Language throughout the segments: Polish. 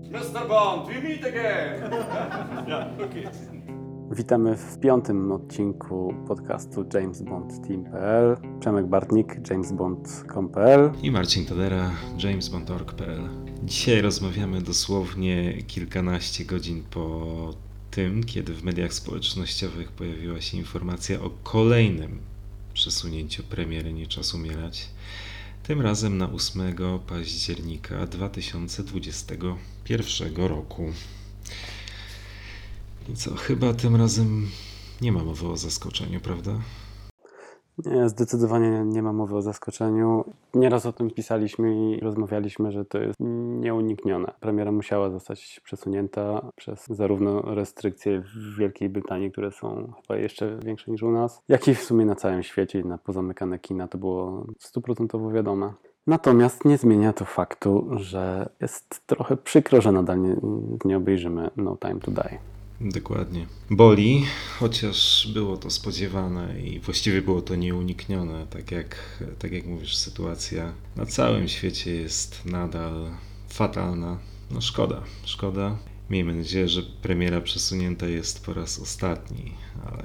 Mr. Bond, we meet again! Yeah, okay. Witamy w 5. odcinku podcastu JamesBondTeam.pl. Przemek Bartnik, JamesBond.com.pl. I Marcin Tadera, JamesBond.org.pl. Dzisiaj rozmawiamy dosłownie kilkanaście godzin po tym, kiedy w mediach społecznościowych pojawiła się informacja o kolejnym przesunięciu premiery Nie czas umierać. Tym razem na 8 października 2021 roku. I co, chyba tym razem nie ma mowy o zaskoczeniu, prawda? Nie, zdecydowanie nie ma mowy o zaskoczeniu. Nieraz o tym pisaliśmy i rozmawialiśmy, że to jest nieuniknione. Premiera musiała zostać przesunięta przez zarówno restrykcje w Wielkiej Brytanii, które są chyba jeszcze większe niż u nas, jak i w sumie na całym świecie i na pozamykane kina. To było 100% wiadome. Natomiast nie zmienia to faktu, że jest trochę przykro, że nadal nie obejrzymy No Time to Die. Dokładnie. Boli, chociaż było to spodziewane i właściwie było to nieuniknione. Tak jak mówisz, sytuacja na całym świecie jest nadal fatalna. No szkoda. Miejmy nadzieję, że premiera przesunięta jest po raz ostatni, ale...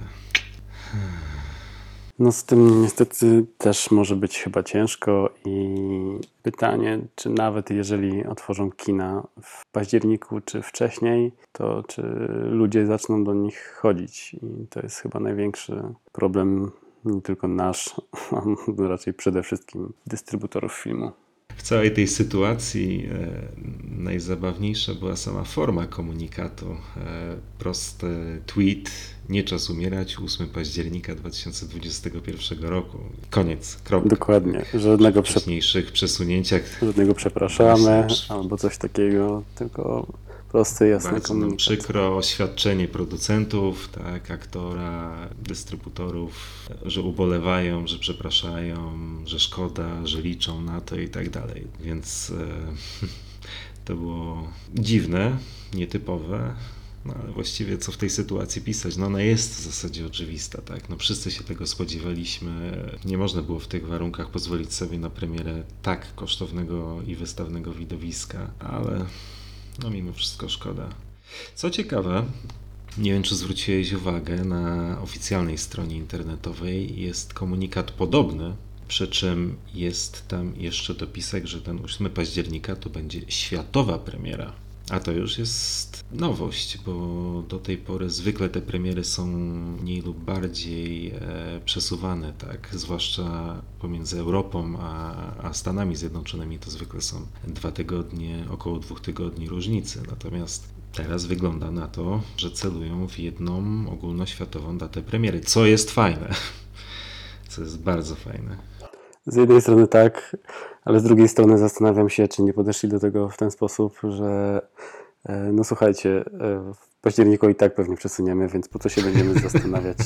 No z tym niestety też może być chyba ciężko i pytanie, czy nawet jeżeli otworzą kina w październiku czy wcześniej, to czy ludzie zaczną do nich chodzić i to jest chyba największy problem nie tylko nasz, a raczej przede wszystkim dystrybutorów filmu. W całej tej sytuacji najzabawniejsza była sama forma komunikatu. Prosty tweet, nie czas umierać, 8 października 2021 roku. Koniec, kropka. Dokładnie, żadnego Przy wcześniejszych przesunięciach. żadnego przepraszamy Właśnie. albo coś takiego, tylko prosty, jasny Bardzo nam komunikat. przykro, oświadczenie producentów, tak, aktora, dystrybutorów, że ubolewają, że przepraszają, że szkoda, że liczą na to i tak dalej. Więc to było dziwne, nietypowe, no ale właściwie co w tej sytuacji pisać? No ona jest w zasadzie oczywista, tak? No wszyscy się tego spodziewaliśmy. Nie można było w tych warunkach pozwolić sobie na premierę tak kosztownego i wystawnego widowiska, ale no mimo wszystko szkoda. Co ciekawe, nie wiem czy zwróciłeś uwagę, na oficjalnej stronie internetowej jest komunikat podobny, przy czym jest tam jeszcze dopisek, że ten 8 października to będzie światowa premiera. A to już jest nowość, bo do tej pory zwykle te premiery są mniej lub bardziej przesuwane, tak? Zwłaszcza pomiędzy Europą a Stanami Zjednoczonymi to zwykle są 2 tygodnie, około 2 tygodni różnicy. Natomiast teraz wygląda na to, że celują w jedną ogólnoświatową datę premiery, co jest fajne. Co jest bardzo fajne. Z jednej strony tak, ale z drugiej strony zastanawiam się, czy nie podeszli do tego w ten sposób, że no słuchajcie, w październiku i tak pewnie przesuniemy, więc po co się będziemy zastanawiać,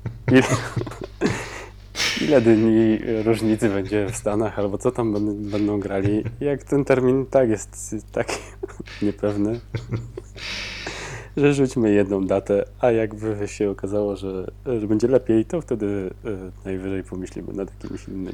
ile dni różnicy będzie w Stanach, albo co tam będą grali, jak ten termin tak jest taki niepewny, że rzućmy jedną datę, a jakby się okazało, że będzie lepiej, to wtedy najwyżej pomyślimy nad jakimiś innymi.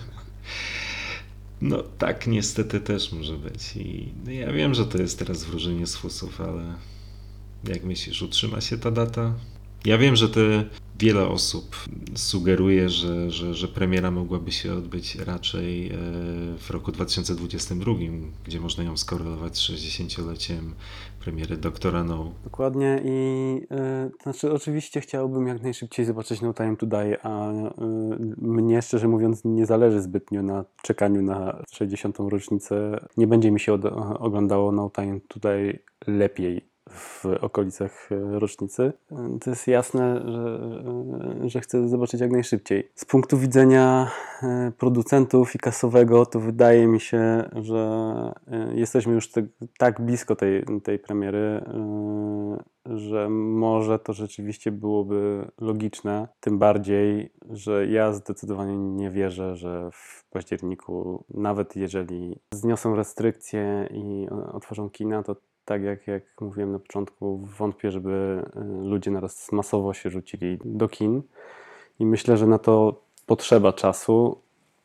No tak niestety też może być i ja wiem, że to jest teraz wróżenie z fusów, ale jak myślisz, utrzyma się ta data? Ja wiem, że wiele osób sugeruje, że premiera mogłaby się odbyć raczej w roku 2022, gdzie można ją skorelować z 60-leciem premiery Doktora No. Dokładnie i znaczy oczywiście chciałbym jak najszybciej zobaczyć No Time to Die, a mnie szczerze mówiąc nie zależy zbytnio na czekaniu na 60. rocznicę. Nie będzie mi się oglądało No Time to Die lepiej w okolicach rocznicy. To jest jasne, że chcę zobaczyć jak najszybciej. Z punktu widzenia producentów i kasowego, to wydaje mi się, że jesteśmy już tak blisko tej premiery, że może to rzeczywiście byłoby logiczne. Tym bardziej, że ja zdecydowanie nie wierzę, że w październiku, nawet jeżeli zniosą restrykcje i otworzą kina, to tak jak mówiłem na początku, wątpię, żeby ludzie naraz masowo się rzucili do kin i myślę, że na to potrzeba czasu,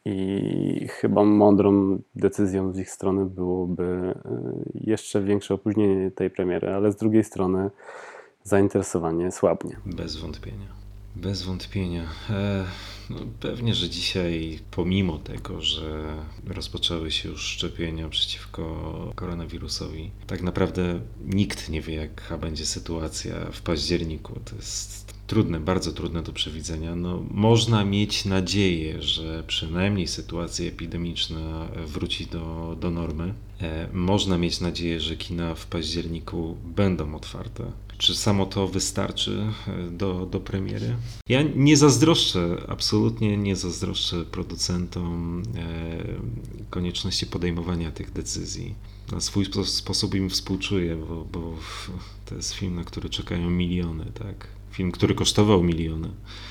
I chyba mądrą decyzją z ich strony byłoby jeszcze większe opóźnienie tej premiery, ale z drugiej strony zainteresowanie słabnie. Bez wątpienia. Bez wątpienia. No pewnie, że dzisiaj, pomimo tego, że rozpoczęły się już szczepienia przeciwko koronawirusowi, tak naprawdę nikt nie wie, jaka będzie sytuacja w październiku. To jest trudne, bardzo trudne do przewidzenia. No, można mieć nadzieję, że przynajmniej sytuacja epidemiczna wróci do normy. Można mieć nadzieję, że kina w październiku będą otwarte. Czy samo to wystarczy do premiery? Ja nie zazdroszczę, absolutnie nie zazdroszczę producentom konieczności podejmowania tych decyzji. Na swój sposób im współczuję, bo to jest film, na który czekają miliony, tak? Film, który kosztował miliony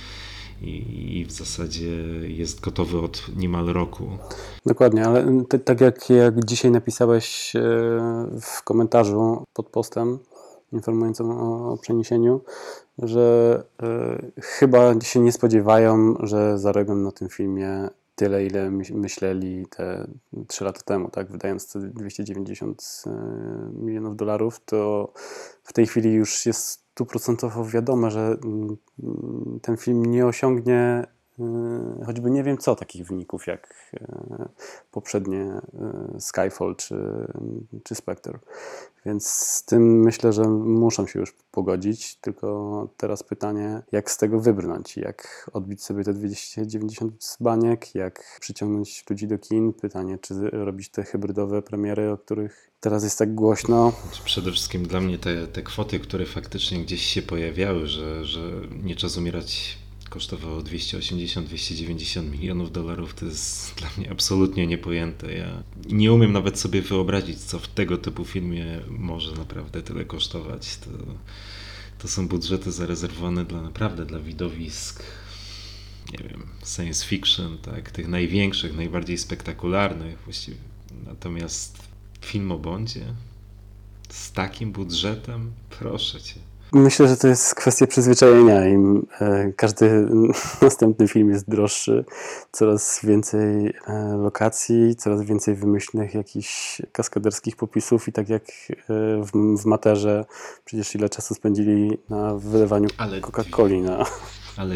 i w zasadzie jest gotowy od niemal roku. Dokładnie, ale tak jak dzisiaj napisałeś w komentarzu pod postem informującym o przeniesieniu, że chyba się nie spodziewają, że zarobią na tym filmie tyle, ile myśleli te 3 lata temu, tak? Wydając te $290 milionów, to w tej chwili już jest 100% wiadome, że ten film nie osiągnie choćby nie wiem co takich wyników jak poprzednie Skyfall czy Spectre. Więc z tym myślę, że muszą się już pogodzić, tylko teraz pytanie, jak z tego wybrnąć, jak odbić sobie te 290 baniek, jak przyciągnąć ludzi do kin, pytanie, czy robić te hybrydowe premiery, o których teraz jest tak głośno. Przede wszystkim dla mnie te kwoty, które faktycznie gdzieś się pojawiały, że Nie czas umierać kosztowało $280-290 milionów, to jest dla mnie absolutnie niepojęte. Ja nie umiem nawet sobie wyobrazić, co w tego typu filmie może naprawdę tyle kosztować. To są budżety zarezerwowane naprawdę dla widowisk, nie wiem, science fiction, tak, tych największych, najbardziej spektakularnych właściwie. Natomiast film o Bondzie z takim budżetem, proszę cię. Myślę, że to jest kwestia przyzwyczajenia. Im każdy następny film jest droższy, coraz więcej lokacji, coraz więcej wymyślnych jakichś kaskaderskich popisów i tak jak w Materze, przecież ile czasu spędzili na wylewaniu Coca-Coli Ale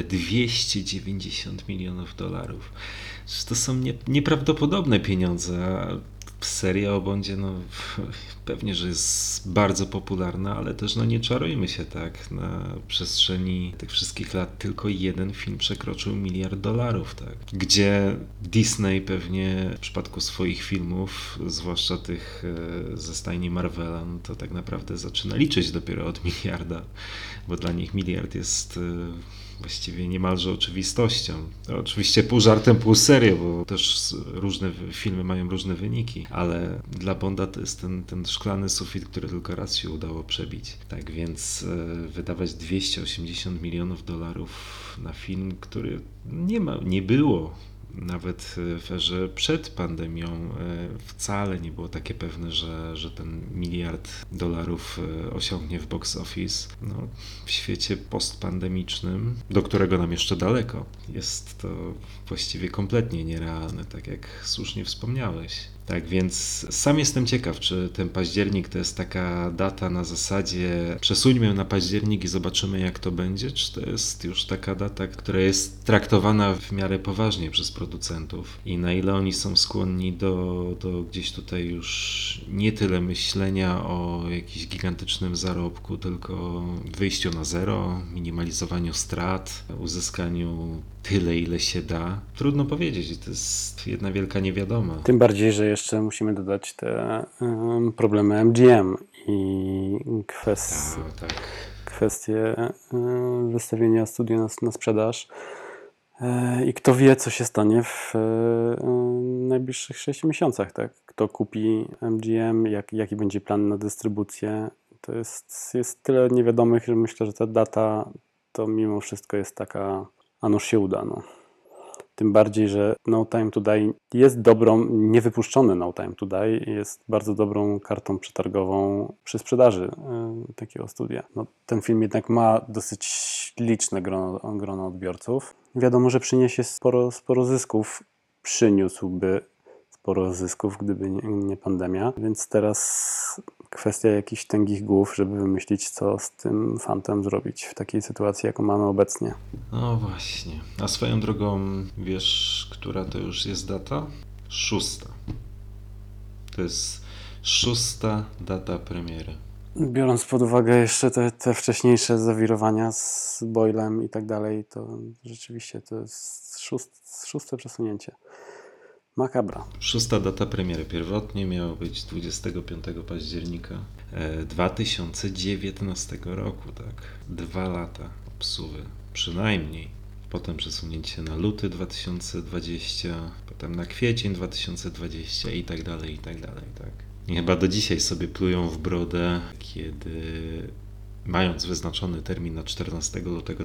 $290 milionów. To są nieprawdopodobne pieniądze. Seria o Bondzie, no pewnie, że jest bardzo popularna, ale też nie czarujmy się, tak, na przestrzeni tych wszystkich lat tylko jeden film przekroczył $1 miliard, tak, gdzie Disney pewnie w przypadku swoich filmów, zwłaszcza tych ze stajni Marvela, no to tak naprawdę zaczyna liczyć dopiero od miliarda, bo dla nich miliard jest właściwie niemalże oczywistością. To oczywiście pół żartem, pół serio, bo też różne filmy mają różne wyniki, ale dla Bonda to jest ten szklany sufit, który tylko raz się udało przebić. Tak więc wydawać $280 milionów na film, który nie było nawet w erze przed pandemią wcale nie było takie pewne, że ten $1 miliard osiągnie w box office. No, w świecie postpandemicznym, do którego nam jeszcze daleko, jest to właściwie kompletnie nierealne, tak jak słusznie wspomniałeś. Tak więc sam jestem ciekaw, czy ten październik to jest taka data na zasadzie przesuńmy ją na październik i zobaczymy jak to będzie, czy to jest już taka data, która jest traktowana w miarę poważnie przez producentów i na ile oni są skłonni do gdzieś tutaj już nie tyle myślenia o jakimś gigantycznym zarobku, tylko wyjściu na zero, minimalizowaniu strat, uzyskaniu tyle, ile się da. Trudno powiedzieć, to jest jedna wielka niewiadoma. Tym bardziej, że jeszcze musimy dodać te problemy MGM i kwestie wystawienia studia na sprzedaż. I kto wie, co się stanie w najbliższych 6 miesiącach, tak? Kto kupi MGM, jaki będzie plan na dystrybucję. To jest tyle niewiadomych, że myślę, że ta data to mimo wszystko jest taka, a nuż się uda. No. Tym bardziej, że No Time to Die jest niewypuszczony No Time to Die jest bardzo dobrą kartą przetargową przy sprzedaży takiego studia. No, ten film jednak ma dosyć liczne grono odbiorców. Wiadomo, że przyniesie sporo zysków przyniósłby sporo zysków, gdyby nie pandemia. Więc teraz kwestia jakichś tęgich głów, żeby wymyślić, co z tym fantem zrobić w takiej sytuacji, jaką mamy obecnie. No właśnie. A swoją drogą, wiesz, która to już jest data? 6. To jest 6. data premiery. Biorąc pod uwagę jeszcze te wcześniejsze zawirowania z Boylem i tak dalej, to rzeczywiście to jest szóste przesunięcie. Makabra. 6. data premiery. Pierwotnie miało być 25 października 2019 roku, tak? 2 lata obsuwy, przynajmniej. Potem przesunięcie na luty 2020, potem na kwiecień 2020 i tak dalej, tak? I chyba do dzisiaj sobie plują w brodę, kiedy mając wyznaczony termin na 14 lutego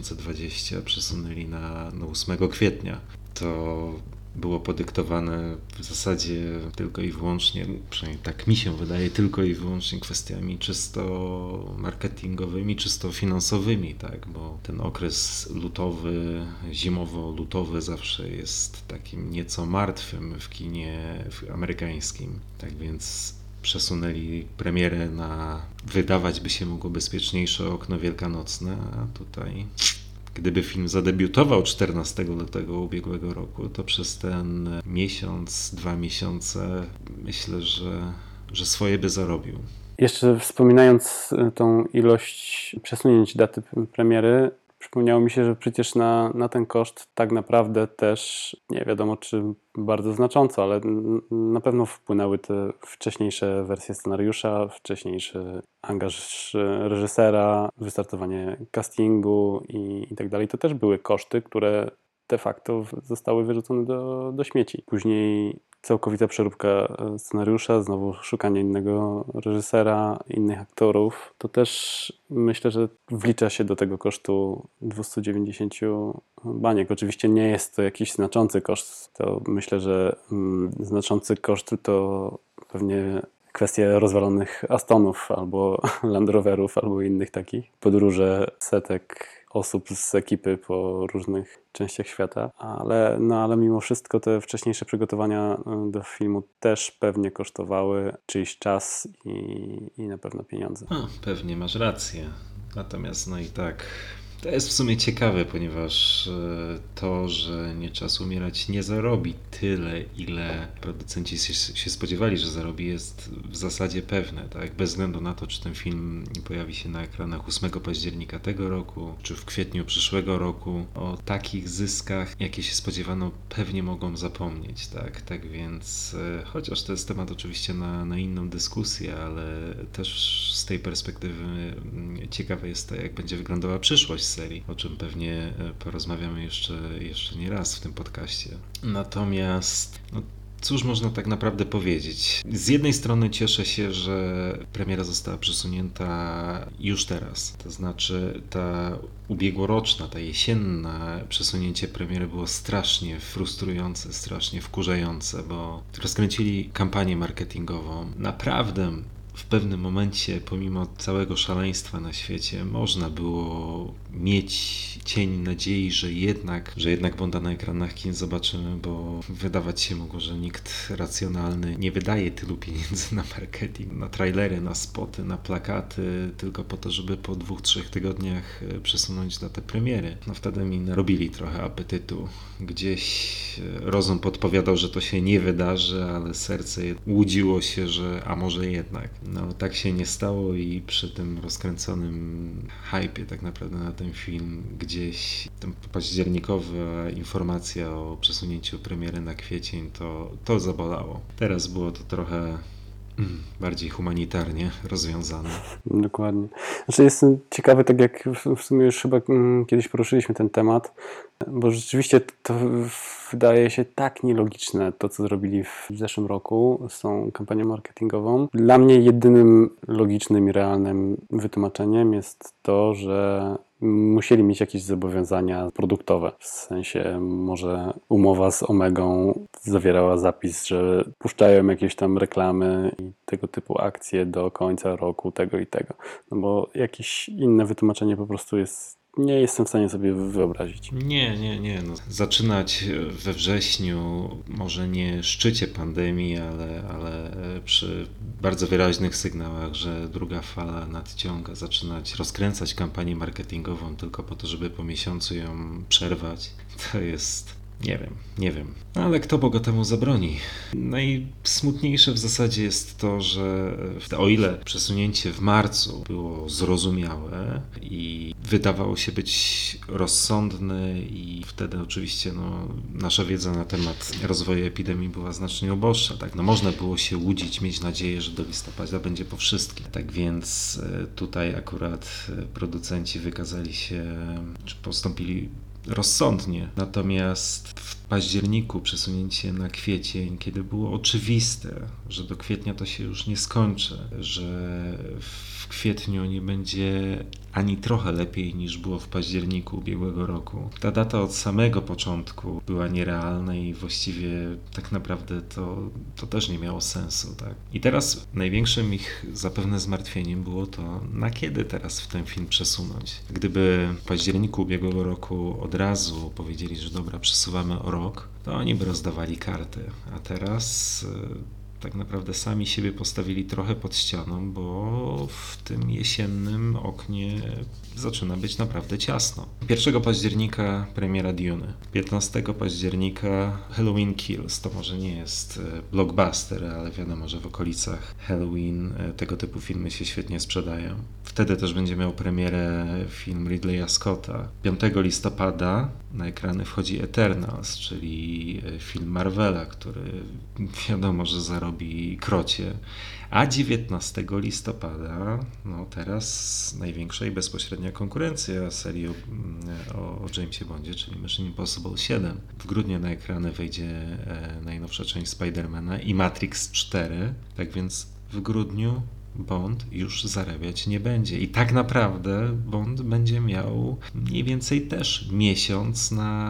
2020 przesunęli na 8 kwietnia. To było podyktowane w zasadzie tylko i wyłącznie, przynajmniej tak mi się wydaje, tylko i wyłącznie kwestiami czysto marketingowymi, czysto finansowymi, tak? Bo ten okres lutowy, zimowo-lutowy zawsze jest takim nieco martwym w kinie amerykańskim. Tak więc przesunęli premierę na, wydawać by się mogło, bezpieczniejsze okno wielkanocne, a tutaj... Gdyby film zadebiutował 14 lutego ubiegłego roku, to przez ten miesiąc, 2 miesiące myślę, że swoje by zarobił. Jeszcze wspominając tą ilość przesunięć daty premiery, przypomniało mi się, że przecież na ten koszt tak naprawdę też, nie wiadomo czy bardzo znacząco, ale na pewno wpłynęły te wcześniejsze wersje scenariusza, wcześniejszy angaż reżysera, wystartowanie castingu i tak dalej. To też były koszty, które de facto zostały wyrzucone do śmieci. Później całkowita przeróbka scenariusza, znowu szukanie innego reżysera, innych aktorów. To też myślę, że wlicza się do tego kosztu 290 baniek. Oczywiście nie jest to jakiś znaczący koszt. To myślę, że znaczący koszt to pewnie kwestie rozwalonych Astonów albo Land Roverów albo innych takich. Podróże setek osób z ekipy po różnych częściach świata, ale mimo wszystko te wcześniejsze przygotowania do filmu też pewnie kosztowały czyjś czas i na pewno pieniądze. Pewnie masz rację. Natomiast no i tak, to jest w sumie ciekawe, ponieważ to, że Nie czas umierać nie zarobi tyle, ile producenci się spodziewali, że zarobi, jest w zasadzie pewne, tak? Bez względu na to, czy ten film pojawi się na ekranach 8 października tego roku, czy w kwietniu przyszłego roku, o takich zyskach, jakie się spodziewano, pewnie mogą zapomnieć, tak? Tak więc, chociaż to jest temat oczywiście na inną dyskusję, ale też z tej perspektywy ciekawe jest to, jak będzie wyglądała przyszłość serii, o czym pewnie porozmawiamy jeszcze nie raz w tym podcaście. Natomiast cóż można tak naprawdę powiedzieć? Z jednej strony cieszę się, że premiera została przesunięta już teraz. To znaczy ta ubiegłoroczna, ta jesienna przesunięcie premiery było strasznie frustrujące, strasznie wkurzające, bo rozkręcili kampanię marketingową. Naprawdę w pewnym momencie, pomimo całego szaleństwa na świecie, można było mieć cień nadziei, że jednak Bonda na ekranach kin zobaczymy, bo wydawać się mogło, że nikt racjonalny nie wydaje tylu pieniędzy na marketing, na trailery, na spoty, na plakaty, tylko po to, żeby po 2-3 tygodniach przesunąć datę premiery. No wtedy mi narobili trochę apetytu. Gdzieś rozum podpowiadał, że to się nie wydarzy, ale serce łudziło się, że a może jednak. No tak się nie stało i przy tym rozkręconym hypie tak naprawdę na ten film gdzieś październikowa informacja o przesunięciu premiery na kwiecień to zabolało. Teraz było to trochę bardziej humanitarnie rozwiązane. Dokładnie. Znaczy jestem ciekawy, tak jak w sumie już chyba kiedyś poruszyliśmy ten temat, bo rzeczywiście to wydaje się tak nielogiczne to, co zrobili w zeszłym roku z tą kampanią marketingową. Dla mnie jedynym logicznym i realnym wytłumaczeniem jest to, że musieli mieć jakieś zobowiązania produktowe. W sensie może umowa z Omegą zawierała zapis, że puszczają jakieś tam reklamy i tego typu akcje do końca roku, tego i tego. No bo jakieś inne wytłumaczenie po prostu jest nie jestem w stanie sobie wyobrazić. Nie. No, zaczynać we wrześniu, może nie szczycie pandemii, ale przy bardzo wyraźnych sygnałach, że druga fala nadciąga, zaczynać rozkręcać kampanię marketingową tylko po to, żeby po miesiącu ją przerwać, to jest... Nie wiem. No, ale kto Boga temu zabroni? Najsmutniejsze w zasadzie jest to, że o ile przesunięcie w marcu było zrozumiałe i wydawało się być rozsądne i wtedy oczywiście nasza wiedza na temat rozwoju epidemii była znacznie uboższa. Tak? No, można było się łudzić, mieć nadzieję, że do listopada będzie po wszystkim. Tak więc tutaj akurat producenci wykazali się, czy postąpili rozsądnie. Natomiast w październiku przesunięcie na kwiecień, kiedy było oczywiste, że do kwietnia to się już nie skończy, że w kwietniu nie będzie ani trochę lepiej niż było w październiku ubiegłego roku. Ta data od samego początku była nierealna i właściwie tak naprawdę to też nie miało sensu. Tak? I teraz największym ich zapewne zmartwieniem było to, na kiedy teraz w ten film przesunąć. Gdyby w październiku ubiegłego roku od razu powiedzieli, że dobra, przesuwamy o rok, to oni by rozdawali karty. A teraz tak naprawdę sami siebie postawili trochę pod ścianą, bo w tym jesiennym oknie zaczyna być naprawdę ciasno. 1 października premiera Dune. 15 października Halloween Kills. To może nie jest blockbuster, ale wiadomo, że w okolicach Halloween tego typu filmy się świetnie sprzedają. Wtedy też będzie miał premierę film Ridleya Scotta. 5 listopada na ekrany wchodzi Eternals, czyli film Marvela, który wiadomo, że zarobi krocie. A 19 listopada, teraz największa i bezpośrednia konkurencja serii o Jamesie Bondzie, czyli Mission Impossible 7. W grudniu na ekrany wejdzie najnowsza część Spidermana i Matrix 4. Tak więc w grudniu Bond już zarabiać nie będzie. I tak naprawdę Bond będzie miał mniej więcej też miesiąc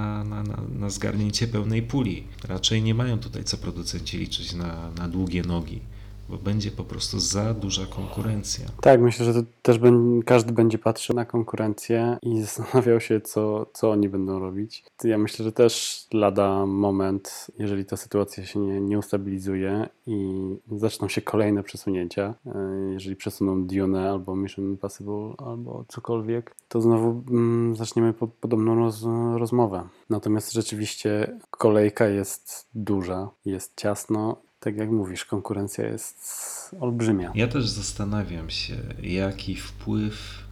na zgarnięcie pełnej puli. Raczej nie mają tutaj co producenci liczyć na długie nogi, bo będzie po prostu za duża konkurencja. Tak, myślę, że to też każdy będzie patrzył na konkurencję i zastanawiał się, co oni będą robić. Ja myślę, że też lada moment, jeżeli ta sytuacja się nie ustabilizuje i zaczną się kolejne przesunięcia, jeżeli przesuną Dune albo Mission Impossible albo cokolwiek, to znowu zaczniemy podobną rozmowę. Natomiast rzeczywiście kolejka jest duża, jest ciasno. Tak jak mówisz, konkurencja jest olbrzymia. Ja też zastanawiam się, jaki wpływ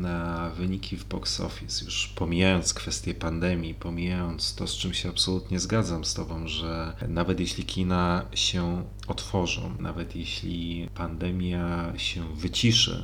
na wyniki w box office, już pomijając kwestię pandemii, pomijając to, z czym się absolutnie zgadzam z Tobą, że nawet jeśli kina się otworzą, nawet jeśli pandemia się wyciszy,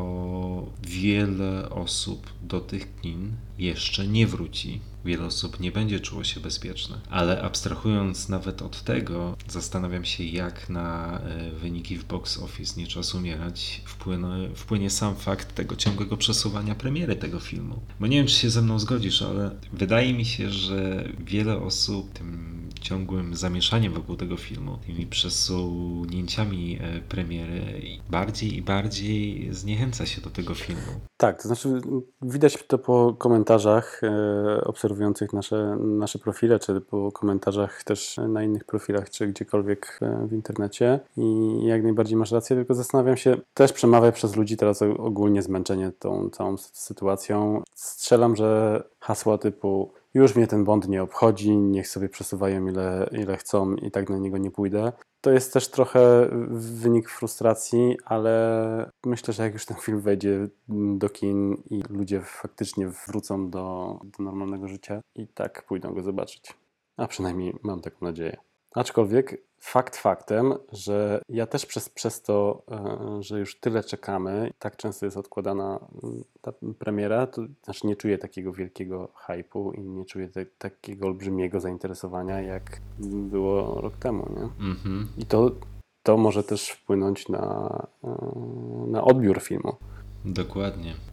to wiele osób do tych kin jeszcze nie wróci. Wiele osób nie będzie czuło się bezpieczne. Ale abstrahując nawet od tego, zastanawiam się, jak na wyniki w box office Nie czas umierać wpłynie sam fakt tego ciągłego przesuwania premiery tego filmu. Bo nie wiem, czy się ze mną zgodzisz, ale wydaje mi się, że wiele osób tym ciągłym zamieszaniem wokół tego filmu, tymi przesunięciami premiery bardziej i bardziej zniechęca się do tego filmu. Tak, to znaczy widać to po komentarzach obserwujących nasze profile, czy po komentarzach też na innych profilach, czy gdziekolwiek w internecie i jak najbardziej masz rację, tylko zastanawiam się, też przemawia przez ludzi teraz ogólnie zmęczenie tą całą sytuacją. Strzelam, że hasła typu już mnie ten Bond nie obchodzi, niech sobie przesuwają ile chcą i tak na niego nie pójdę. To jest też trochę wynik frustracji, ale myślę, że jak już ten film wejdzie do kin i ludzie faktycznie wrócą do normalnego życia i tak pójdą go zobaczyć. A przynajmniej mam taką nadzieję. Aczkolwiek fakt faktem, że ja też przez to, że już tyle czekamy, tak często jest odkładana ta premiera, to znaczy nie czuję takiego wielkiego hype'u i nie czuję takiego olbrzymiego zainteresowania, jak było rok temu, nie? Mhm. I to może też wpłynąć na odbiór filmu. Dokładnie.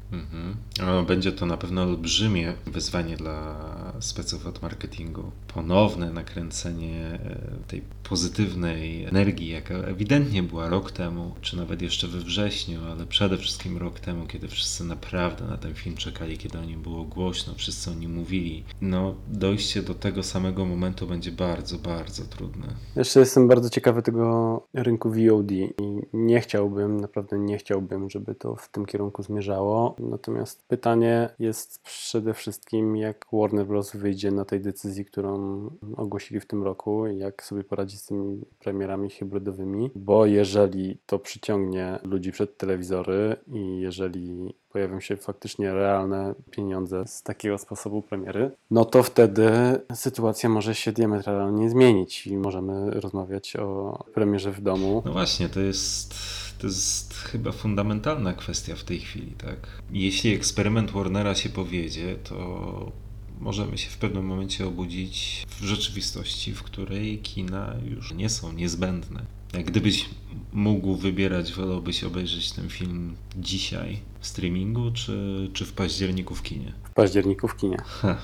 Będzie to na pewno olbrzymie wyzwanie dla speców od marketingu. Ponowne nakręcenie tej pozytywnej energii, jaka ewidentnie była rok temu, czy nawet jeszcze we wrześniu, ale przede wszystkim rok temu, kiedy wszyscy naprawdę na ten film czekali, kiedy o nim było głośno, wszyscy o nim mówili. Dojście do tego samego momentu będzie bardzo, bardzo trudne. Jeszcze jestem bardzo ciekawy tego rynku VOD i naprawdę nie chciałbym, żeby to w tym kierunku zmierzało. Natomiast pytanie jest przede wszystkim, jak Warner Bros. Wyjdzie na tej decyzji, którą ogłosili w tym roku, jak sobie poradzi z tymi premierami hybrydowymi, bo jeżeli to przyciągnie ludzi przed telewizory i jeżeli pojawią się faktycznie realne pieniądze z takiego sposobu premiery, no to wtedy sytuacja może się diametralnie zmienić i możemy rozmawiać o premierze w domu. No właśnie, to jest chyba fundamentalna kwestia w tej chwili, tak? Jeśli eksperyment Warnera się powiedzie, to możemy się w pewnym momencie obudzić w rzeczywistości, w której kina już nie są niezbędne. Jak gdybyś mógł wybierać, wolałbyś obejrzeć ten film dzisiaj w streamingu, czy w październiku w kinie? W październiku w kinie.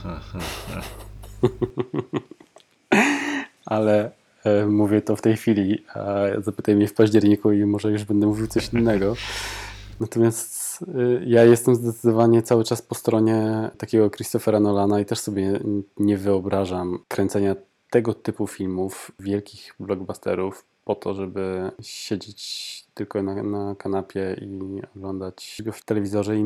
Ale mówię to w tej chwili, a zapytaj mnie w październiku i może już będę mówił coś innego. Natomiast ja jestem zdecydowanie cały czas po stronie takiego Christophera Nolana i też sobie nie wyobrażam kręcenia tego typu filmów, wielkich blockbusterów, po to, żeby siedzieć tylko na kanapie i oglądać go w telewizorze i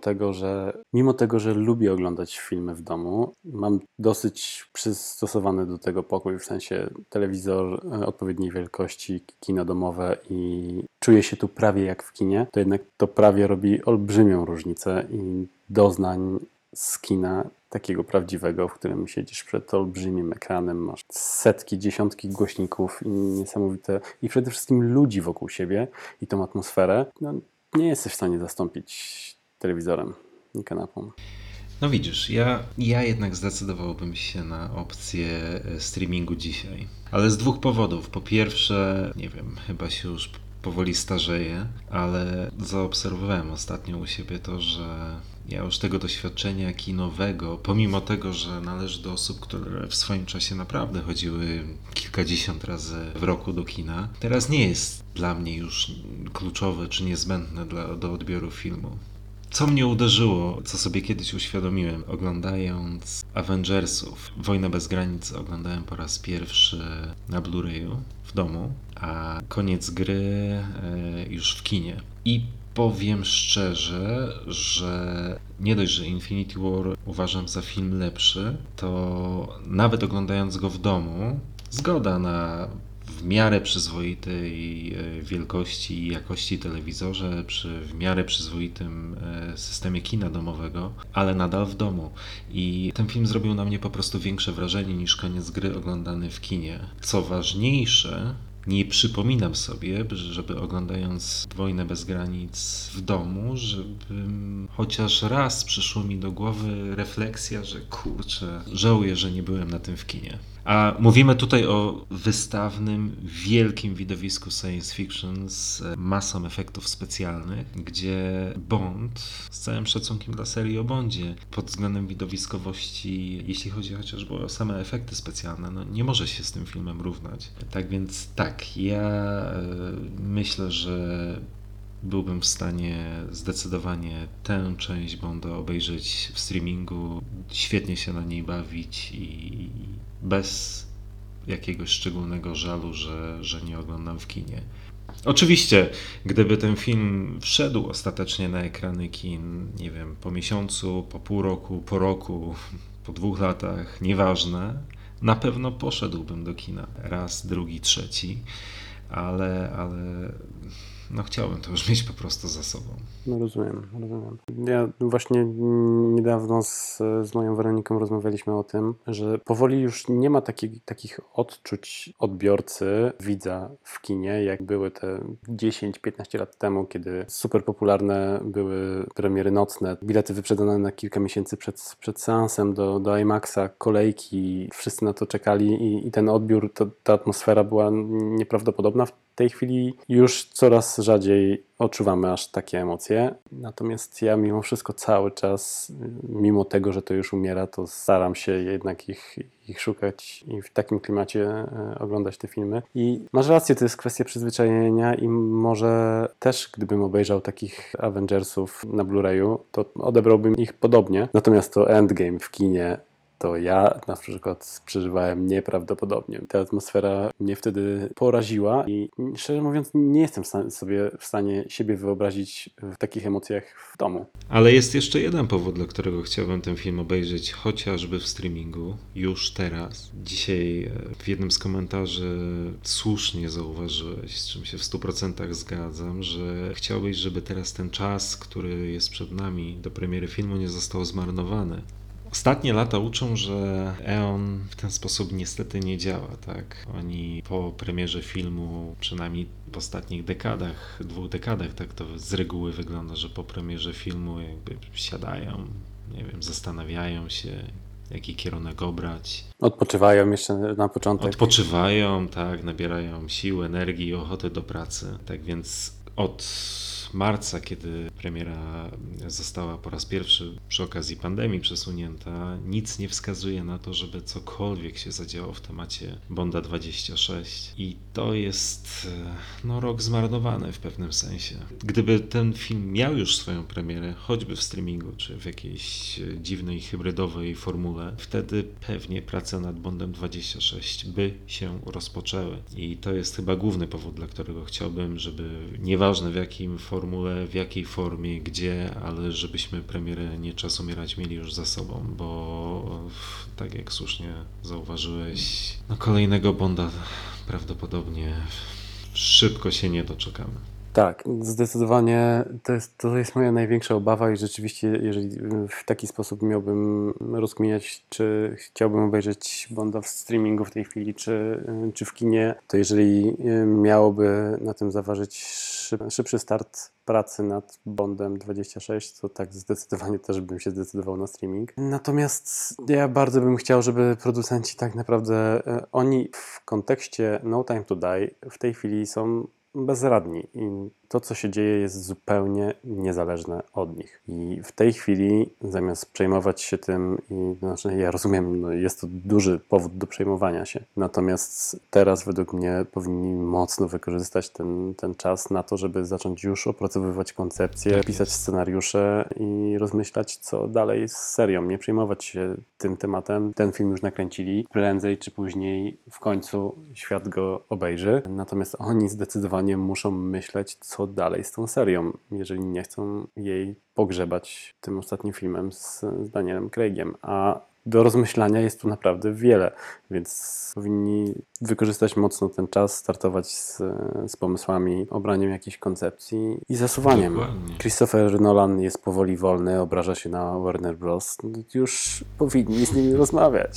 mimo tego, że lubię oglądać filmy w domu, mam dosyć przystosowany do tego pokój, w sensie telewizor odpowiedniej wielkości, kino domowe i czuję się tu prawie jak w kinie, to jednak to prawie robi olbrzymią różnicę i doznań z kina takiego prawdziwego, w którym siedzisz przed olbrzymim ekranem, masz setki, dziesiątki głośników i niesamowite i przede wszystkim ludzi wokół siebie i tą atmosferę, nie jesteś w stanie zastąpić telewizorem i kanapą. No widzisz, ja jednak zdecydowałbym się na opcję streamingu dzisiaj, ale z dwóch powodów. Po pierwsze, nie wiem, chyba się już powoli starzeję, ale zaobserwowałem ostatnio u siebie to, że ja już tego doświadczenia kinowego, pomimo tego, że należy do osób, które w swoim czasie naprawdę chodziły kilkadziesiąt razy w roku do kina, teraz nie jest dla mnie już kluczowe czy niezbędne do odbioru filmu. Co mnie uderzyło, co sobie kiedyś uświadomiłem, oglądając Avengersów, Wojnę bez granic oglądałem po raz pierwszy na Blu-rayu w domu, a koniec gry już w kinie. I powiem szczerze, że nie dość, że Infinity War uważam za film lepszy, to nawet oglądając go w domu, zgoda na w miarę przyzwoitej wielkości i jakości telewizorze, przy w miarę przyzwoitym systemie kina domowego, ale nadal w domu. I ten film zrobił na mnie po prostu większe wrażenie niż koniec gry oglądany w kinie. Co ważniejsze, nie przypominam sobie, żeby oglądając Wojnę bez granic w domu, żebym chociaż raz przyszło mi do głowy refleksja, że kurczę, żałuję, że nie byłem na tym w kinie. A mówimy tutaj o wystawnym, wielkim widowisku science fiction z masą efektów specjalnych, gdzie Bond, z całym szacunkiem dla serii o Bondzie, pod względem widowiskowości, jeśli chodzi chociażby o same efekty specjalne, nie może się z tym filmem równać. Tak więc tak, ja myślę, że byłbym w stanie zdecydowanie tę część Bonda obejrzeć w streamingu, świetnie się na niej bawić i bez jakiegoś szczególnego żalu, że nie oglądam w kinie. Oczywiście, gdyby ten film wszedł ostatecznie na ekrany kin, nie wiem, po miesiącu, po pół roku, po roku, po 2 latach, nieważne, na pewno poszedłbym do kina raz, drugi, trzeci, ale chciałbym to już mieć po prostu za sobą. No rozumiem. Ja właśnie niedawno z moją Weroniką rozmawialiśmy o tym, że powoli już nie ma takich odczuć odbiorcy, widza w kinie, jak były te 10-15 lat temu, kiedy super popularne były premiery nocne, bilety wyprzedane na kilka miesięcy przed seansem do IMAXa, kolejki, wszyscy na to czekali i ten odbiór, ta atmosfera była nieprawdopodobna. W tej chwili już coraz rzadziej odczuwamy aż takie emocje. Natomiast ja mimo wszystko cały czas, mimo tego, że to już umiera, to staram się jednak ich szukać i w takim klimacie oglądać te filmy. I masz rację, to jest kwestia przyzwyczajenia i może też gdybym obejrzał takich Avengersów na Blu-rayu, to odebrałbym ich podobnie. Natomiast to Endgame w kinie, to ja na przykład przeżywałem nieprawdopodobnie. Ta atmosfera mnie wtedy poraziła i szczerze mówiąc nie jestem sobie w stanie siebie wyobrazić w takich emocjach w domu. Ale jest jeszcze jeden powód, dla którego chciałbym ten film obejrzeć, chociażby w streamingu, już teraz. Dzisiaj w jednym z komentarzy słusznie zauważyłeś, z czym się w 100% zgadzam, że chciałbyś, żeby teraz ten czas, który jest przed nami do premiery filmu, nie został zmarnowany. Ostatnie lata uczą, że Eon w ten sposób niestety nie działa, tak? Oni po premierze filmu, przynajmniej w ostatnich dekadach, 2 dekadach, tak to z reguły wygląda, że po premierze filmu jakby siadają, nie wiem, zastanawiają się, jaki kierunek obrać. Odpoczywają jeszcze na początek. Odpoczywają, tak, nabierają sił, energii i ochoty do pracy. Tak więc od marca, kiedy premiera została po raz pierwszy przy okazji pandemii przesunięta, nic nie wskazuje na to, żeby cokolwiek się zadziało w temacie Bonda 26. I to jest rok zmarnowany w pewnym sensie. Gdyby ten film miał już swoją premierę, choćby w streamingu, czy w jakiejś dziwnej, hybrydowej formule, wtedy pewnie prace nad Bondem 26 by się rozpoczęły. I to jest chyba główny powód, dla którego chciałbym, żeby nieważne w jakim formule, w jakiej formie, gdzie, ale żebyśmy premierę Nie czas umierać mieli już za sobą, bo tak jak słusznie zauważyłeś, kolejnego Bonda prawdopodobnie szybko się nie doczekamy. Tak, zdecydowanie to jest moja największa obawa i rzeczywiście, jeżeli w taki sposób miałbym rozkminiać, czy chciałbym obejrzeć Bonda w streamingu w tej chwili, czy w kinie, to jeżeli miałoby na tym zaważyć szybszy start pracy nad Bondem 26, to tak zdecydowanie też bym się zdecydował na streaming. Natomiast ja bardzo bym chciał, żeby producenci tak naprawdę, oni w kontekście No Time to Die w tej chwili są bezradni i to, co się dzieje, jest zupełnie niezależne od nich. I w tej chwili, zamiast przejmować się tym, ja rozumiem, jest to duży powód do przejmowania się. Natomiast teraz według mnie powinni mocno wykorzystać ten czas na to, żeby zacząć już opracowywać koncepcje, pisać scenariusze i rozmyślać, co dalej z serią. Nie przejmować się tym tematem. Ten film już nakręcili. Prędzej czy później w końcu świat go obejrzy. Natomiast oni zdecydowanie muszą myśleć, co dalej z tą serią, jeżeli nie chcą jej pogrzebać tym ostatnim filmem z Danielem Craigiem. A do rozmyślania jest tu naprawdę wiele, więc powinni wykorzystać mocno ten czas, startować z pomysłami, obraniem jakichś koncepcji i zasuwaniem. Dokładnie. Christopher Nolan jest powoli wolny, obraża się na Warner Bros. Już powinni z nimi rozmawiać.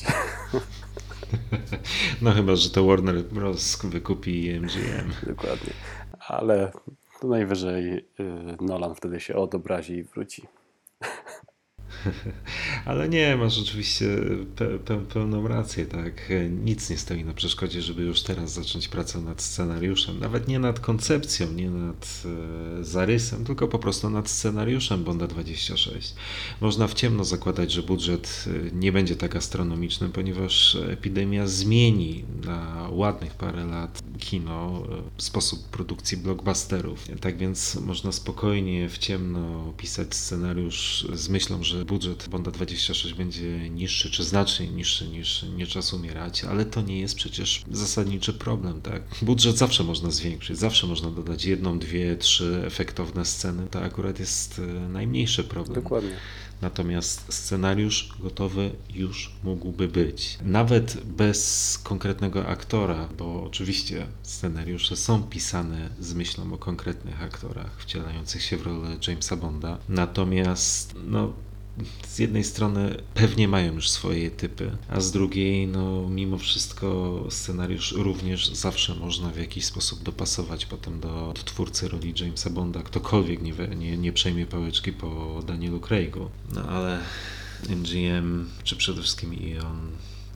No chyba, że to Warner Bros. Wykupi MGM. Dokładnie. Ale to najwyżej Nolan wtedy się odobrazi i wróci. Ale nie, masz oczywiście pełną rację, tak. Nic nie stoi na przeszkodzie, żeby już teraz zacząć pracę nad scenariuszem. Nawet nie nad koncepcją, nie nad zarysem, tylko po prostu nad scenariuszem Bonda 26. Można w ciemno zakładać, że budżet nie będzie tak astronomiczny, ponieważ epidemia zmieni na ładnych parę lat kino, sposób produkcji blockbusterów. Tak więc można spokojnie w ciemno pisać scenariusz z myślą, że budżet Bonda 26 będzie niższy, czy znacznie niższy niż Nie czas umierać, ale to nie jest przecież zasadniczy problem, tak? Budżet zawsze można zwiększyć, zawsze można dodać 1, 2, 3 efektowne sceny, to akurat jest najmniejszy problem. Dokładnie. Natomiast scenariusz gotowy już mógłby być. Nawet bez konkretnego aktora, bo oczywiście scenariusze są pisane z myślą o konkretnych aktorach wcielających się w rolę Jamesa Bonda. Natomiast z jednej strony pewnie mają już swoje typy, a z drugiej, mimo wszystko scenariusz również zawsze można w jakiś sposób dopasować potem do twórcy roli Jamesa Bonda, ktokolwiek nie przejmie pałeczki po Danielu Craigu. No ale MGM, czy przede wszystkim Eon,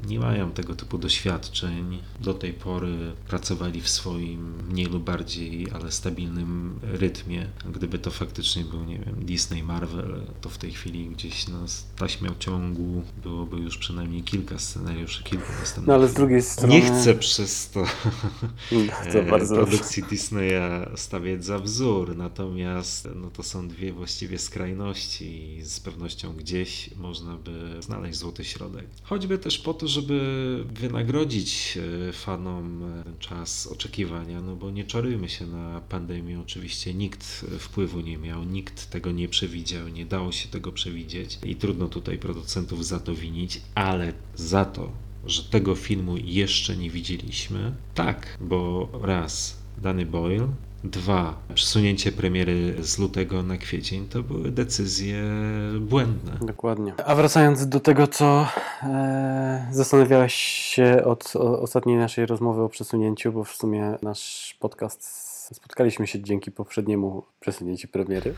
nie mają tego typu doświadczeń. Do tej pory pracowali w swoim mniej lub bardziej, ale stabilnym rytmie. Gdyby to faktycznie był, nie wiem, Disney, Marvel, to w tej chwili gdzieś na taśmiociągu byłoby już przynajmniej kilka scenariuszy, kilku następnych. No ale z drugiej strony... Nie chcę przez to bardzo produkcji Disneya stawiać za wzór, natomiast to są dwie właściwie skrajności i z pewnością gdzieś można by znaleźć złoty środek. Choćby też po to, żeby wynagrodzić fanom ten czas oczekiwania, no bo nie czarujmy się, na pandemię oczywiście nikt wpływu nie miał, nikt tego nie przewidział, nie dało się tego przewidzieć i trudno tutaj producentów za to winić, ale za to, że tego filmu jeszcze nie widzieliśmy, tak, bo raz, Danny Boyle, 2, przesunięcie premiery z lutego na kwiecień, to były decyzje błędne. Dokładnie. A wracając do tego, co zastanawiałeś się od ostatniej naszej rozmowy o przesunięciu, bo w sumie nasz podcast spotkaliśmy się dzięki poprzedniemu przesunięciu premiery.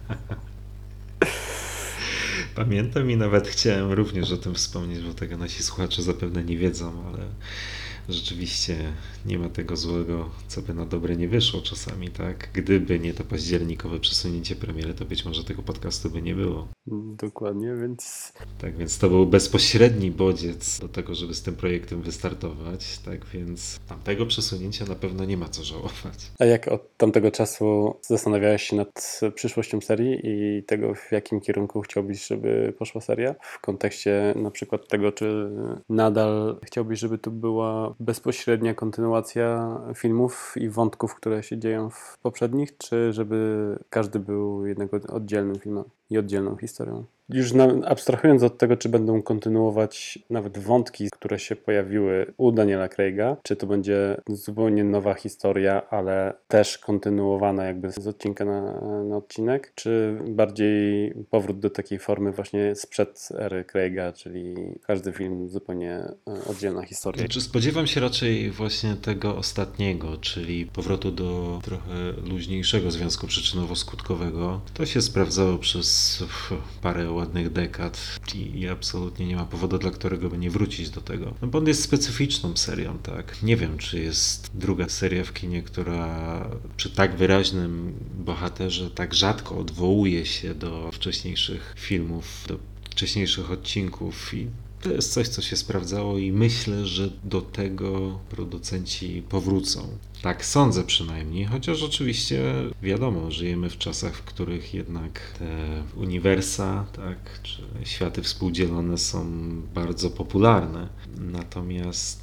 Pamiętam i nawet chciałem również o tym wspomnieć, bo tego nasi słuchacze zapewne nie wiedzą, ale rzeczywiście nie ma tego złego, co by na dobre nie wyszło czasami, tak? Gdyby nie to październikowe przesunięcie premiery, to być może tego podcastu by nie było. Dokładnie, więc... Tak, więc to był bezpośredni bodziec do tego, żeby z tym projektem wystartować, tak więc tamtego przesunięcia na pewno nie ma co żałować. A jak od tamtego czasu zastanawiałeś się nad przyszłością serii i tego, w jakim kierunku chciałbyś, żeby poszła seria? W kontekście na przykład tego, czy nadal chciałbyś, żeby to była bezpośrednia kontynuacja filmów i wątków, które się dzieją w poprzednich, czy żeby każdy był jednak oddzielnym filmem i oddzielną historią? Już abstrahując od tego, czy będą kontynuować nawet wątki, które się pojawiły u Daniela Craiga, czy to będzie zupełnie nowa historia, ale też kontynuowana jakby z odcinka na odcinek, czy bardziej powrót do takiej formy właśnie sprzed ery Craiga, czyli każdy film zupełnie oddzielna historia. Znaczy, spodziewam się raczej właśnie tego ostatniego, czyli powrotu do trochę luźniejszego związku przyczynowo-skutkowego. To się sprawdzało przez parę ładnych dekad i absolutnie nie ma powodu, dla którego by nie wrócić do tego. No Bond jest specyficzną serią, tak. Nie wiem, czy jest druga seria w kinie, która przy tak wyraźnym bohaterze tak rzadko odwołuje się do wcześniejszych filmów, do wcześniejszych odcinków i to jest coś, co się sprawdzało i myślę, że do tego producenci powrócą. Tak sądzę przynajmniej, chociaż oczywiście wiadomo, żyjemy w czasach, w których jednak te uniwersa, tak, czy światy współdzielone są bardzo popularne. Natomiast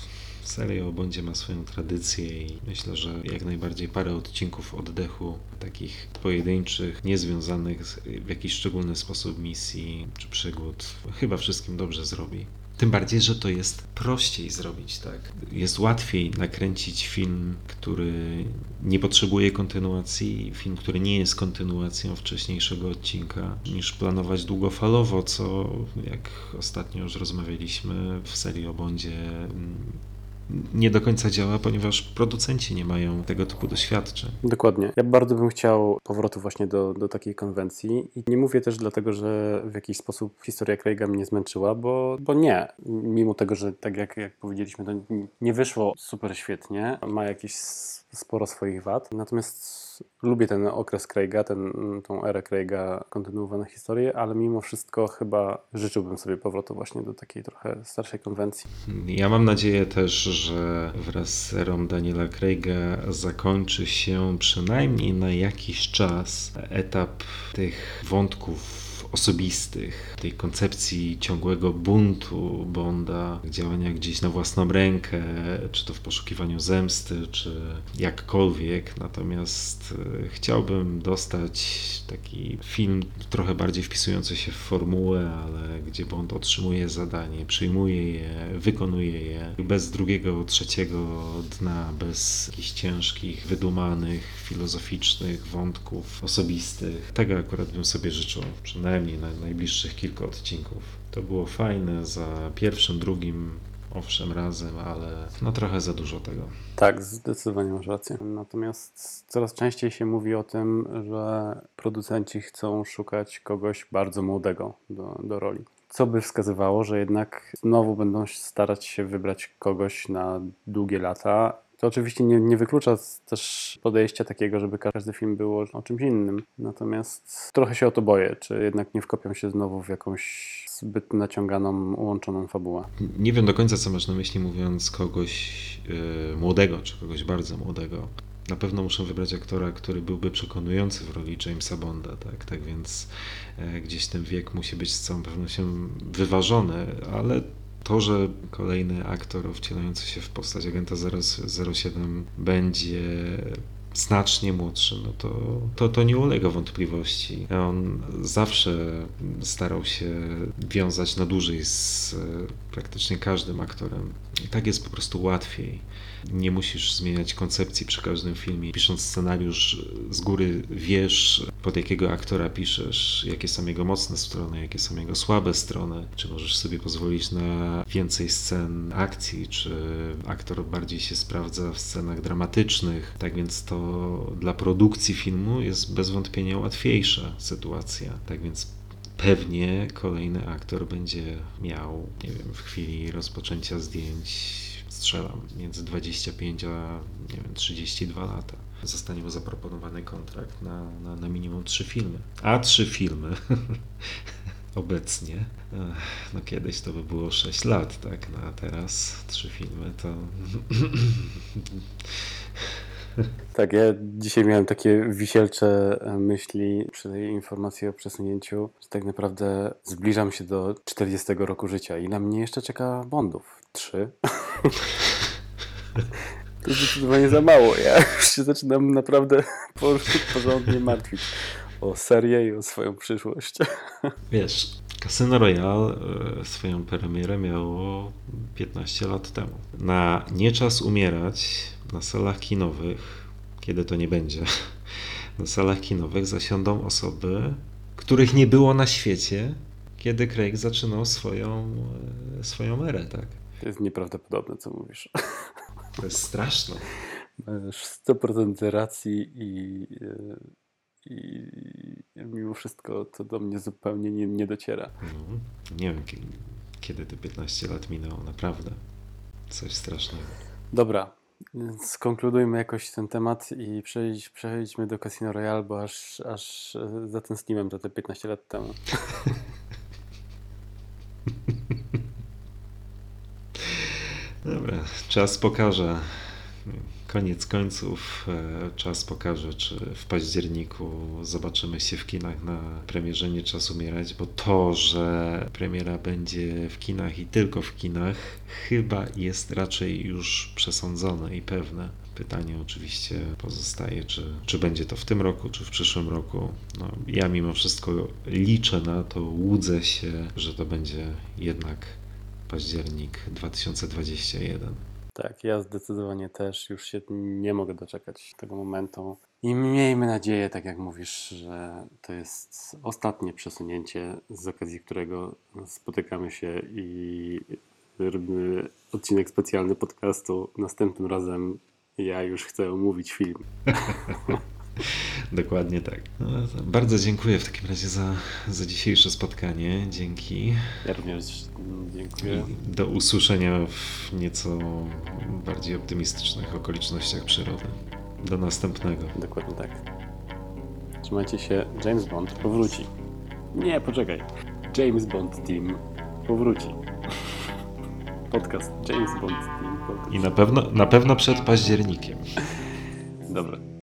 seria o Bondzie ma swoją tradycję i myślę, że jak najbardziej parę odcinków oddechu, takich pojedynczych, niezwiązanych w jakiś szczególny sposób misji czy przygód, chyba wszystkim dobrze zrobi. Tym bardziej, że to jest prościej zrobić, tak? Jest łatwiej nakręcić film, który nie potrzebuje kontynuacji, film, który nie jest kontynuacją wcześniejszego odcinka, niż planować długofalowo, co jak ostatnio już rozmawialiśmy w serii o Bondzie, nie do końca działa, ponieważ producenci nie mają tego typu doświadczeń. Dokładnie. Ja bardzo bym chciał powrotu właśnie do takiej konwencji i nie mówię też dlatego, że w jakiś sposób historia Craiga mnie zmęczyła, bo nie. Mimo tego, że tak jak powiedzieliśmy, to nie wyszło super świetnie, ma jakieś sporo swoich wad, natomiast lubię ten okres Craiga, tą erę Craiga, kontynuowane historie, ale mimo wszystko chyba życzyłbym sobie powrotu właśnie do takiej trochę starszej konwencji. Ja mam nadzieję też, że wraz z erą Daniela Craiga zakończy się przynajmniej na jakiś czas etap tych wątków osobistych, tej koncepcji ciągłego buntu Bonda, działania gdzieś na własną rękę, czy to w poszukiwaniu zemsty, czy jakkolwiek. Natomiast chciałbym dostać taki film trochę bardziej wpisujący się w formułę, ale gdzie Bond otrzymuje zadanie, przyjmuje je, wykonuje je bez drugiego, trzeciego dna, bez jakichś ciężkich, wydumanych, filozoficznych wątków osobistych. Tego akurat bym sobie życzył, przynajmniej na najbliższych kilka odcinków. To było fajne za pierwszym, drugim, owszem razem, ale trochę za dużo tego. Tak, zdecydowanie masz rację. Natomiast coraz częściej się mówi o tym, że producenci chcą szukać kogoś bardzo młodego do roli. co by wskazywało, że jednak znowu będą starać się wybrać kogoś na długie lata. To oczywiście nie wyklucza też podejścia takiego, żeby każdy film był o czymś innym. Natomiast trochę się o to boję, czy jednak nie wkopią się znowu w jakąś zbyt naciąganą, łączoną fabułę. Nie wiem do końca, co masz na myśli, mówiąc kogoś młodego, czy kogoś bardzo młodego. Na pewno muszę wybrać aktora, który byłby przekonujący w roli Jamesa Bonda, tak? Tak więc gdzieś ten wiek musi być z całą pewnością wyważony, ale to, że kolejny aktor wcielający się w postać agenta 007 będzie znacznie młodszy, no to nie ulega wątpliwości. On zawsze starał się wiązać na dłużej z praktycznie każdym aktorem. I tak jest po prostu łatwiej. Nie musisz zmieniać koncepcji przy każdym filmie. Pisząc scenariusz, z góry wiesz, pod jakiego aktora piszesz, jakie są jego mocne strony, jakie są jego słabe strony, czy możesz sobie pozwolić na więcej scen akcji, czy aktor bardziej się sprawdza w scenach dramatycznych. Tak więc to dla produkcji filmu jest bez wątpienia łatwiejsza sytuacja. Tak więc pewnie kolejny aktor będzie miał, nie wiem, w chwili rozpoczęcia zdjęć, strzelam, między 25 a, nie wiem, 32 lata. Zostanie mu zaproponowany kontrakt na minimum 3 filmy. A 3 filmy obecnie, no kiedyś to by było 6 lat, tak? No a teraz 3 filmy to... Tak, ja dzisiaj miałem takie wisielcze myśli przy tej informacji o przesunięciu, że tak naprawdę zbliżam się do 40 roku życia i na mnie jeszcze czeka Bondów. 3. To jest zdecydowanie za mało. Ja już się zaczynam naprawdę porządnie martwić o serię i o swoją przyszłość. Wiesz, Casino Royale swoją premierę miało 15 lat temu. Na Nie czas umierać na salach kinowych, kiedy to nie będzie, na salach kinowych zasiądą osoby, których nie było na świecie, kiedy Craig zaczynał swoją erę, tak? To jest nieprawdopodobne, co mówisz. To jest straszne. Masz 100% racji i mimo wszystko to do mnie zupełnie nie dociera. Nie wiem, kiedy te 15 lat minęło, naprawdę. Coś strasznego. Dobra, skonkludujmy jakoś ten temat i przejdźmy do Casino Royale, bo aż zatęskniłem za te 15 lat temu. Dobra, czas pokaże. Koniec końców czas pokaże, czy w październiku zobaczymy się w kinach na premierze Nie czas umierać, bo to, że premiera będzie w kinach i tylko w kinach, chyba jest raczej już przesądzone i pewne. Pytanie oczywiście pozostaje, czy będzie to w tym roku, czy w przyszłym roku. No, ja mimo wszystko liczę na to, łudzę się, że to będzie jednak październik 2021. Tak, ja zdecydowanie też już się nie mogę doczekać tego momentu. I miejmy nadzieję, tak jak mówisz, że to jest ostatnie przesunięcie, z okazji którego spotykamy się i robimy odcinek specjalny podcastu. Następnym razem ja już chcę omówić film. Dokładnie tak. No, bardzo dziękuję w takim razie za dzisiejsze spotkanie. Dzięki. Ja również dziękuję. I do usłyszenia w nieco bardziej optymistycznych okolicznościach przyrody. Do następnego. Dokładnie tak. Trzymajcie się, James Bond powróci. Nie, poczekaj. James Bond Team powróci. Podcast James Bond Team powróci. I na pewno przed październikiem. Dobra.